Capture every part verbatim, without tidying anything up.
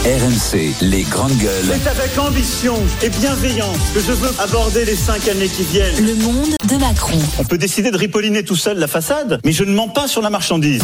R M C, les grandes gueules. C'est avec ambition et bienveillance que je veux aborder les cinq années qui viennent. Le monde de Macron. On peut décider de ripolliner tout seul la façade, mais je ne mens pas sur la marchandise.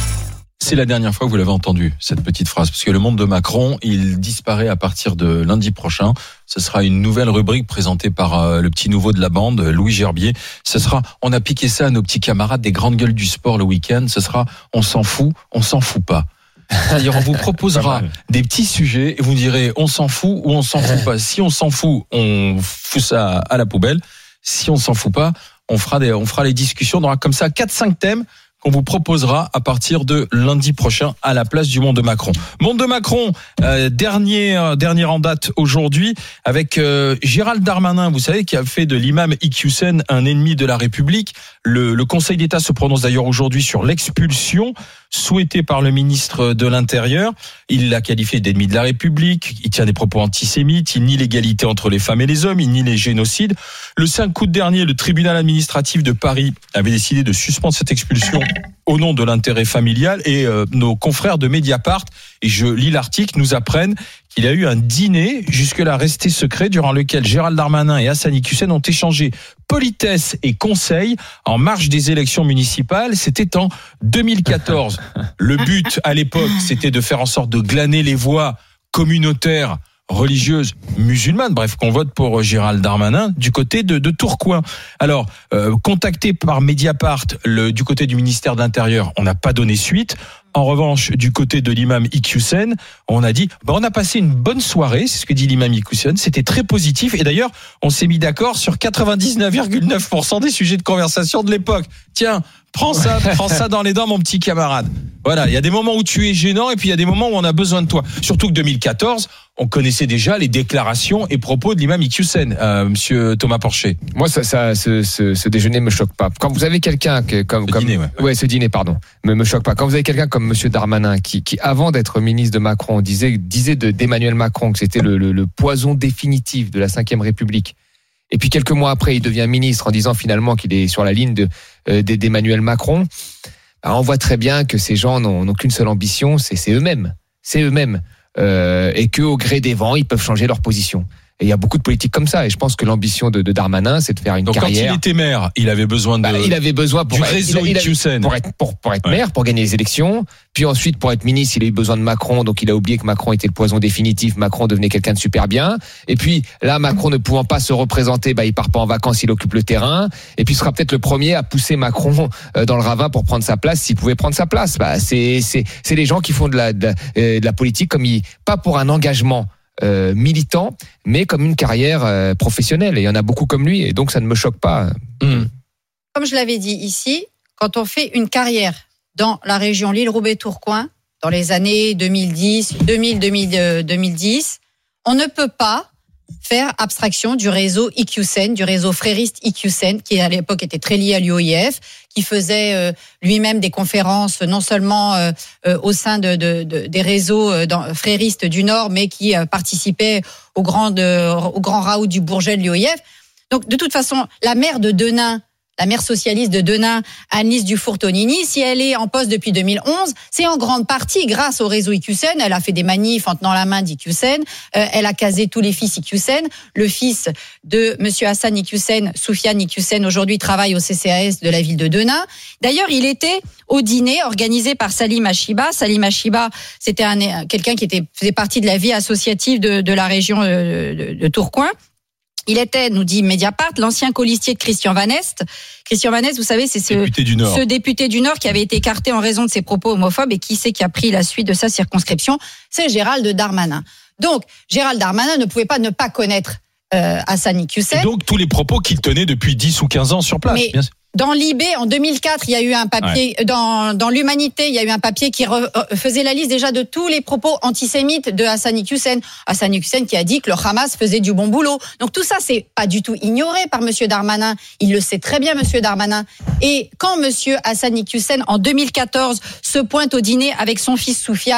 C'est la dernière fois que vous l'avez entendu, cette petite phrase, parce que le monde de Macron, il disparaît à partir de lundi prochain. Ce sera une nouvelle rubrique présentée par euh, le petit nouveau de la bande, Louis Gerbier. Ce sera, on a piqué ça à nos petits camarades des grandes gueules du sport le week-end. Ce sera, on s'en fout, on s'en fout pas. C'est-à-dire, on vous proposera des petits sujets et vous direz, on s'en fout ou on s'en fout pas. Si on s'en fout, on fout ça à la poubelle. Si on s'en fout pas, on fera des, on fera les discussions. On aura comme ça quatre cinq thèmes qu'on vous proposera à partir de lundi prochain à la place du Monde de Macron. Monde de Macron, euh, dernier, euh, dernier en date aujourd'hui avec euh, Gérald Darmanin, vous savez, qui a fait de l'imam Iqiyoussen un ennemi de la République. Le, le Conseil d'État se prononce d'ailleurs aujourd'hui sur l'expulsion souhaitée par le ministre de l'Intérieur. Il l'a qualifié d'ennemi de la République, il tient des propos antisémites, il nie l'égalité entre les femmes et les hommes, il nie les génocides. Le cinq août dernier, le tribunal administratif de Paris avait décidé de suspendre cette expulsion au nom de l'intérêt familial et euh, nos confrères de Mediapart, et je lis l'article, nous apprennent qu'il y a eu un dîner jusque-là resté secret durant lequel Gérald Darmanin et Hassani Iqiyoussen ont échangé politesse et conseils en marge des élections municipales. C'était en deux mille quatorze. Le but à l'époque, c'était de faire en sorte de glaner les voix communautaires religieuses musulmanes, bref, qu'on vote pour Gérald Darmanin du côté de, de Tourcoing. Alors, euh, contacté par Mediapart le, du côté du ministère de l'Intérieur, on n'a pas donné suite. En revanche, du côté de l'imam Iqiyoussen, on a dit, bah, on a passé une bonne soirée, c'est ce que dit l'imam Iqiyoussen, c'était très positif, et d'ailleurs, on s'est mis d'accord sur quatre-vingt-dix-neuf virgule neuf pour cent des sujets de conversation de l'époque. Tiens, prends ça, prends ça dans les dents, mon petit camarade. Voilà, il y a des moments où tu es gênant, et puis il y a des moments où on a besoin de toi. Surtout que deux mille quatorze, on connaissait déjà les déclarations et propos de l'imam Iqiyoussen, euh, monsieur Thomas Porcher. Moi, ça, ça, ce, ce, ce déjeuner me choque pas. Quand vous avez quelqu'un que, comme, ce comme, dîner, ouais. ouais, ce dîner, pardon, me, me choque pas. Quand vous avez quelqu'un comme monsieur Darmanin, qui, qui avant d'être ministre de Macron, disait, disait de, d'Emmanuel Macron que c'était le, le, le poison définitif de la cinquième République. Et puis quelques mois après, il devient ministre en disant finalement qu'il est sur la ligne de, euh, d'Emmanuel Macron. Alors, on voit très bien que ces gens n'ont, n'ont qu'une seule ambition, c'est, c'est eux-mêmes. C'est eux-mêmes. Euh, et qu'au gré des vents, ils peuvent changer leur position. Et il y a beaucoup de politiques comme ça. Et je pense que l'ambition de, de Darmanin, c'est de faire une Donc carrière. Quand il était maire, il avait besoin de. Bah, il avait besoin pour du être, réseau il a, Iqiyoussen. pour être pour pour être ouais. maire, pour gagner les élections. Puis ensuite, pour être ministre, il a eu besoin de Macron. Donc il a oublié que Macron était le poison définitif. Macron devenait quelqu'un de super bien. Et puis là, Macron ne pouvant pas se représenter, bah il part pas en vacances, il occupe le terrain. Et puis il sera peut-être le premier à pousser Macron dans le ravin pour prendre sa place, s'il pouvait prendre sa place. Bah c'est c'est c'est les gens qui font de la de, de la politique comme il, pas pour un engagement Euh, militant, mais comme une carrière euh, professionnelle. Et il y en a beaucoup comme lui, et donc ça ne me choque pas. Mmh. Comme je l'avais dit ici, quand on fait une carrière dans la région Lille-Roubaix-Tourcoing, dans les années deux mille dix, deux mille, deux mille, deux mille dix, on ne peut pas faire abstraction du réseau Iqiyoussen, du réseau frériste Iqiyoussen, qui à l'époque était très lié à l'U O I F, qui faisait euh, lui-même des conférences non seulement euh, euh, au sein de, de, de, des réseaux euh, dans, fréristes du Nord, mais qui euh, participait au grand, euh, au grand raout du Bourget de l'U O I F. Donc de toute façon, la maire de Denain, la maire socialiste de Denain, Annelise Dufour-Tonini, si elle est en poste depuis deux mille onze, c'est en grande partie grâce au réseau Iqiyoussen. Elle a fait des manifs en tenant la main d'Iqiyoussen. Euh, elle a casé tous les fils Iqiyoussen. Le fils de monsieur Hassan Iqiyoussen, Soufiane Iqiyoussen, aujourd'hui travaille au C C A S de la ville de Denain. D'ailleurs, il était au dîner organisé par Salim Achiba. Salim Achiba, c'était un, quelqu'un qui était, faisait partie de la vie associative de, de la région de, de, de Tourcoing. Il était, nous dit Mediapart, l'ancien colistier de Christian Van Est. Christian Van Est, vous savez, c'est ce député du Nord. ce député du Nord qui avait été écarté en raison de ses propos homophobes, et qui c'est qui a pris la suite de sa circonscription? C'est Gérald Darmanin. Donc, Gérald Darmanin ne pouvait pas ne pas connaître euh, Hassani Iqiyoussen. Et donc tous les propos qu'il tenait depuis dix ou quinze ans sur place. Mais bien sûr. Dans l'I B, en deux mille quatre, il y a eu un papier, ouais. dans, dans l'Humanité, il y a eu un papier qui re, faisait la liste déjà de tous les propos antisémites de Hassani Iqiyoussen. Hassani Iqiyoussen qui a dit que le Hamas faisait du bon boulot. Donc tout ça, c'est pas du tout ignoré par monsieur Darmanin. Il le sait très bien, monsieur Darmanin. Et quand monsieur Hassani Iqiyoussen, en deux mille quatorze, se pointe au dîner avec son fils Soufiane,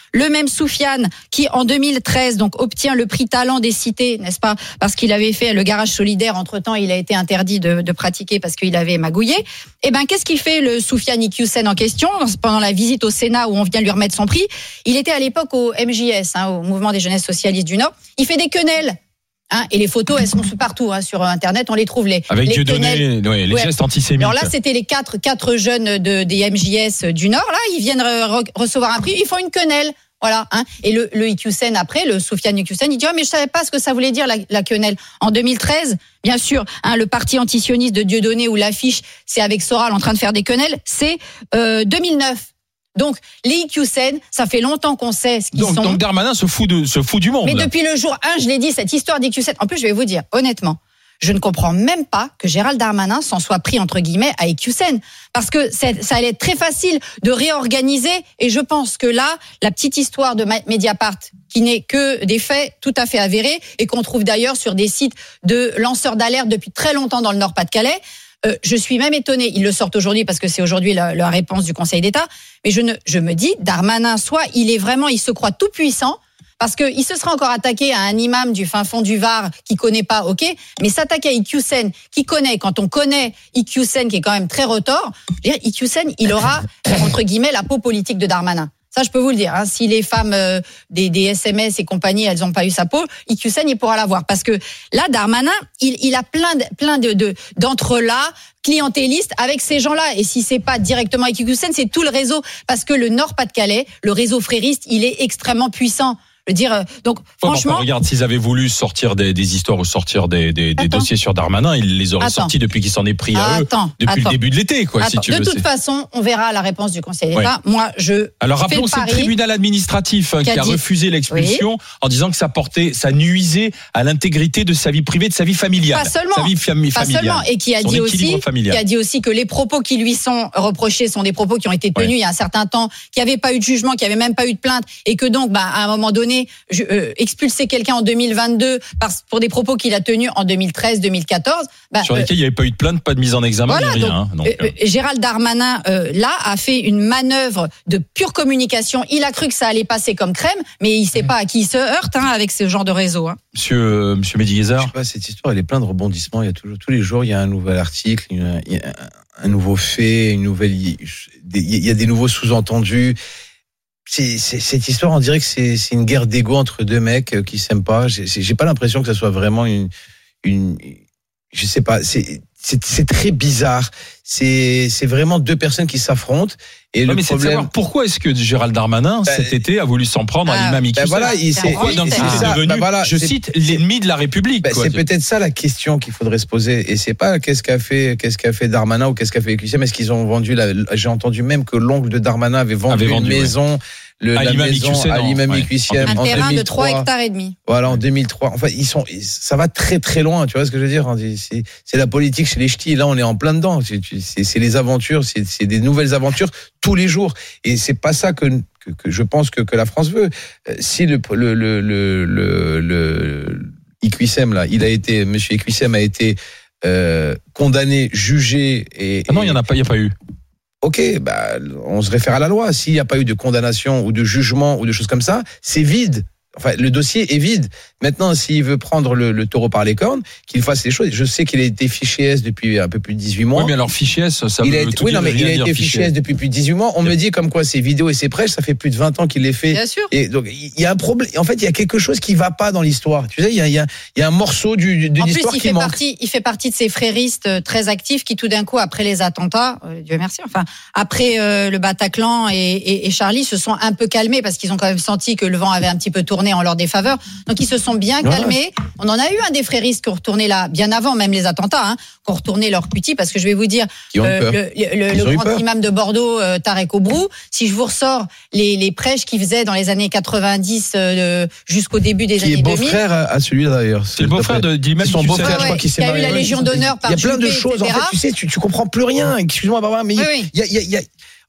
Le même Soufiane qui, en deux mille treize, donc obtient le prix Talent des cités, n'est-ce pas? Parce qu'il avait fait le garage solidaire. Entre-temps, il a été interdit de, de pratiquer parce qu'il avait magouillé. Eh ben, qu'est-ce qu'il fait, le Soufiane Iqiyoussen en question, pendant la visite au Sénat où on vient lui remettre son prix? Il était à l'époque au M J S, hein, au Mouvement des Jeunesses Socialistes du Nord. Il fait des quenelles. Hein, et les photos, elles sont partout hein, sur Internet, on les trouve. Les, Avec les Dieudonné, ouais, les ouais. gestes antisémites. Alors là, c'était les quatre, quatre jeunes de, des M J S du Nord. Là, ils viennent re- recevoir un prix, ils font une quenelle. Voilà. Hein. Et le, le Iqiyoussen, après, le Soufiane Iqiyoussen, il dit oh, mais je savais pas ce que ça voulait dire la, la quenelle. En deux mille treize, bien sûr, hein, le parti antisioniste de Dieudonné où l'affiche, c'est avec Soral en train de faire des quenelles, c'est euh, deux mille neuf. Donc, les Iqiyoussen, ça fait longtemps qu'on sait ce qu'ils donc, sont. Donc Darmanin se fout, de, se fout du monde. Mais là. depuis le jour un, je l'ai dit, cette histoire d'Iqiyoussen. En plus, je vais vous dire, honnêtement, je ne comprends même pas que Gérald Darmanin s'en soit pris, entre guillemets, à Iqiyoussen. Parce que c'est, ça allait être très facile de réorganiser. Et je pense que là, la petite histoire de Mediapart, qui n'est que des faits tout à fait avérés, et qu'on trouve d'ailleurs sur des sites de lanceurs d'alerte depuis très longtemps dans le Nord-Pas-de-Calais, Euh, je suis même étonnée, ils le sortent aujourd'hui parce que c'est aujourd'hui la, la réponse du Conseil d'État, mais je, ne, je me dis, Darmanin, soit il est vraiment, il se croit tout puissant, parce qu'il se sera encore attaqué à un imam du fin fond du Var qui connaît pas, ok, mais s'attaquer à Iqiyoussen, qui connaît, quand on connaît Iqiyoussen, qui est quand même très retors, je veux dire, Iqiyoussen, il aura, entre guillemets, la peau politique de Darmanin. Ça, je peux vous le dire. Hein. Si les femmes euh, des, des S M S et compagnie, elles n'ont pas eu sa peau, Iqiyoussen, il pourra l'avoir. Parce que là, Darmanin, il, il a plein, de, plein de, de, d'entrelacs clientélistes avec ces gens-là. Et si c'est pas directement Iqiyoussen, c'est tout le réseau. Parce que le Nord-Pas-de-Calais, le réseau frériste, il est extrêmement puissant. Je veux dire, donc franchement, enfin, regarde, s'ils avaient voulu sortir des, des histoires ou sortir des, des, des dossiers sur Darmanin, ils les auraient Attends. sortis depuis qu'il s'en est pris à Attends. eux, depuis Attends. le début de l'été, quoi. Attends. Si tu de veux, toute c'est... façon, on verra la réponse du Conseil d'État. Ouais. Moi, je Alors fais rappelons, le c'est le pari. tribunal administratif hein, qui qui a a dit- refusé l'expulsion en disant que ça portait, ça nuisait à l'intégrité de sa vie privée, de sa vie familiale, Pas seulement. sa vie fami- Pas familiale, seulement, et qui a son dit équilibre aussi, familial. qui a dit aussi que les propos qui lui sont reprochés sont des propos qui ont été tenus Ouais. il y a un certain temps, qu'il n'y avait pas eu de jugement, qu'il n'y avait même pas eu de plainte, et que donc, bah, à un moment donné, je, euh, expulser quelqu'un en deux mille vingt-deux par, pour des propos qu'il a tenus en deux mille treize, deux mille quatorze, bah, sur euh, lesquels il n'y avait pas eu de plainte, pas de mise en examen, voilà, ni rien. donc, hein. Donc, euh, euh, Gérald Darmanin, euh, là, a fait une manœuvre de pure communication. Il a cru que ça allait passer comme crème, mais il ne sait pas à qui il se heurte hein, avec ce genre de réseau. Hein. Monsieur, euh, Monsieur Médiguezard. Je sais pas, cette histoire, elle est pleine de rebondissements. Il y a toujours, tous les jours, il y a un nouvel article, il y a, il y a un nouveau fait, une nouvelle, il y a des nouveaux sous-entendus. C'est, c'est, cette histoire, on dirait que c'est, c'est une guerre d'ego entre deux mecs qui s'aiment pas. J'ai, j'ai pas l'impression que ça soit vraiment une, une, je sais pas, c'est, c'est, c'est très bizarre. C'est, c'est vraiment deux personnes qui s'affrontent. Et Non, le mais c'est de problème, savoir pourquoi est-ce que Gérald Darmanin, Ben, cet été, a voulu s'en prendre à ah, l'imam ben Iqiyoussen. voilà, il, C'est c'est, un Pourquoi donc c'est il ça, est devenu, ben voilà, je c'est- cite, c'est- l'ennemi de la République. Ben, quoi. c'est peut-être ça la question qu'il faudrait se poser. Et c'est pas qu'est-ce qu'a fait, qu'est-ce qu'a fait Darmanin ou qu'est-ce qu'a fait Iqiyoussen. Est-ce qu'ils ont vendu la, j'ai entendu même que l'oncle de Darmanin avait vendu, Avait vendu, une maison, le, À la l'imam maison Iqiyoussen, à en- l'imam ouais, Iqiyoussen Un en terrain de deux mille trois. trois hectares et demi. Voilà, en deux mille trois. Enfin, ils sont, ça va très très loin. Tu vois ce que je veux dire? C'est, c'est la politique chez les ch'tis. Là, on est en plein dedans. C'est, c'est, c'est les aventures, c'est, c'est des nouvelles aventures tous les jours. Et c'est pas ça que, que, que je pense que, que la France veut. Euh, Si le, le, le, le, le, le Iqiyoussen, là, il a été, monsieur Iqiyoussen a été euh, condamné, jugé et. Ah non, il et- n'y en a pas, il n'y a pas eu. Ok, bah, on se réfère à la loi. S'il n'y a pas eu de condamnation ou de jugement ou de choses comme ça, c'est vide. Enfin, le dossier est vide. Maintenant, s'il veut prendre le, le taureau par les cornes, qu'il fasse les choses. Je sais qu'il a été fiché S depuis un peu plus de dix-huit mois. Oui, mais alors fichier S, ça il veut a été, tout oui, dire non, mais et rien il a dire, été fiché S depuis plus de dix-huit mois. On me dit comme quoi ses vidéos et ses prêches, ça fait plus de vingt ans qu'il les fait. Bien sûr. Et donc, il y a un problème. En fait, il y a quelque chose qui va pas dans l'histoire. Tu sais, il y a, il y a, il y a un morceau du, de En plus, l'histoire il qui fait manque. partie, il fait partie de ces fréristes euh, très actifs qui, tout d'un coup, après les attentats, euh, Dieu merci, enfin, après euh, le Bataclan et, et, et Charlie, se sont un peu calmés parce qu'ils ont quand même senti que le vent avait un petit peu tourné en leur défaveur. Donc, ils se sont bien Voilà. calmés. On en a eu un des fréristes qui ont retourné là, bien avant même les attentats, hein, qui ont retourné leur cutie, parce que je vais vous dire, Qui ont eu peur. le, le, Ils le ont eu grand peur. imam de Bordeaux, euh, Tarek Obrou, si je vous ressors les, les prêches qu'il faisait dans les années quatre-vingt-dix euh, jusqu'au début des Qui années est deux mille. beau-frère à, à celui-là d'ailleurs. C'est le beau-frère de d'Imam Son Iqiyoussen. beau-frère, je Ouais, crois ouais, qu'il s'est qui a eu marié. la Légion d'honneur par Il y a plein de Juppé, choses. En et cetera. fait, tu sais, tu, tu comprends plus rien. Excuse-moi, Barbara, mais Oui, il oui. y a, il y a, il y a,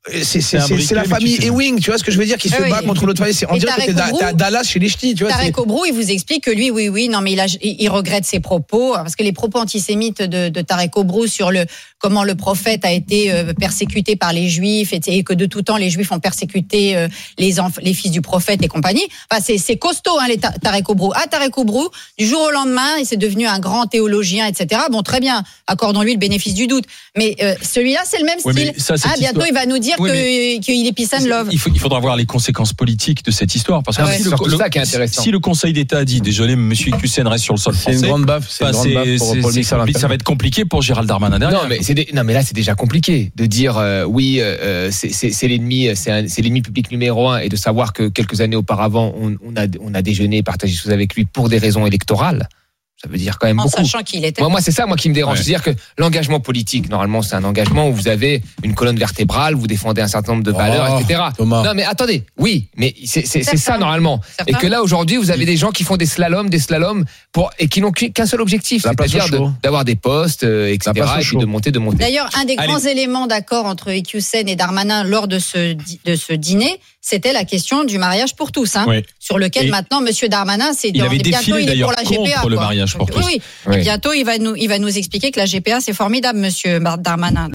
c'est, c'est, un c'est, c'est briquet, la mais famille tu sais. Ewing, tu vois ce que je veux dire, qui se Oui, bat oui. contre l'autre. C'est, on Et dirait que Tarek t'es, da- Oubrou- t'es à Dallas chez les ch'tis, tu vois. Tarek c'est- Oubrou, il vous explique que lui, oui, oui, non, mais il, a, il, il regrette ses propos, parce que les propos antisémites de, de Tarek Oubrou sur le comment le prophète a été euh, persécuté par les Juifs, et, et que de tout temps les Juifs ont persécuté euh, les, enf- les fils du prophète et compagnie. Enfin, c'est, c'est costaud, hein, les Ta- Tarek Oubrou. Ah, Tarek Oubrou, du jour au lendemain, il s'est devenu un grand théologien, et cetera. Bon, très bien, accordons-lui le bénéfice du doute. Mais euh, celui-là, c'est le même Oui, mais style. ça, cette Ah, bientôt, histoire- il va nous dire Oui, que, mais- qu'il est peace and love. Il, faut, il faudra voir les conséquences politiques de cette histoire. Parce que Ah ouais. si, C'est le, surtout le- ça qui est intéressant. si le Conseil d'État a dit, désolé, monsieur Iqiyoussen reste sur le sol C'est français, une grande baffe, c'est une bah, grande c'est- baffe pour, c'est- pour le c'est mixeur compli- ça va être compliqué pour Gérald Darmanin derrière. Non, mais c'est des- non, mais là c'est déjà compliqué de dire euh, oui, euh, c'est, c'est, c'est l'ennemi, c'est, un- c'est l'ennemi public numéro un, et de savoir que quelques années auparavant, on, on a, on a déjeuné, partagé des choses avec lui pour des raisons électorales. Ça veut dire quand même En beaucoup. sachant qu'il était. Moi, moi, c'est ça, moi, qui me dérange. Ouais. C'est-à-dire que l'engagement politique, normalement, c'est un engagement où vous avez une colonne vertébrale, vous défendez un certain nombre de valeurs, Oh, et cetera. Thomas. Non, mais attendez, oui, mais c'est, c'est, c'est Certains. ça normalement. Certains. Et que là, aujourd'hui, vous avez des gens qui font des slaloms, des slaloms, pour et qui n'ont qu'un seul objectif, La place c'est-à-dire au de- chaud. d'avoir des postes, euh, et cetera. place au Et puis chaud. de monter, de monter. D'ailleurs, un des Allez. grands éléments d'accord entre Iqiyoussen et Darmanin lors de ce, di- de ce dîner, c'était la question du mariage pour tous, hein, Oui. sur lequel Et maintenant Monsieur Darmanin, c'est il dans- avait bientôt défilé il est pour d'ailleurs la G P A. contre le quoi. mariage pour Donc, tous. Oui, oui. Oui. Et bientôt il va nous il va nous expliquer que la G P A c'est formidable, Monsieur Darmanin.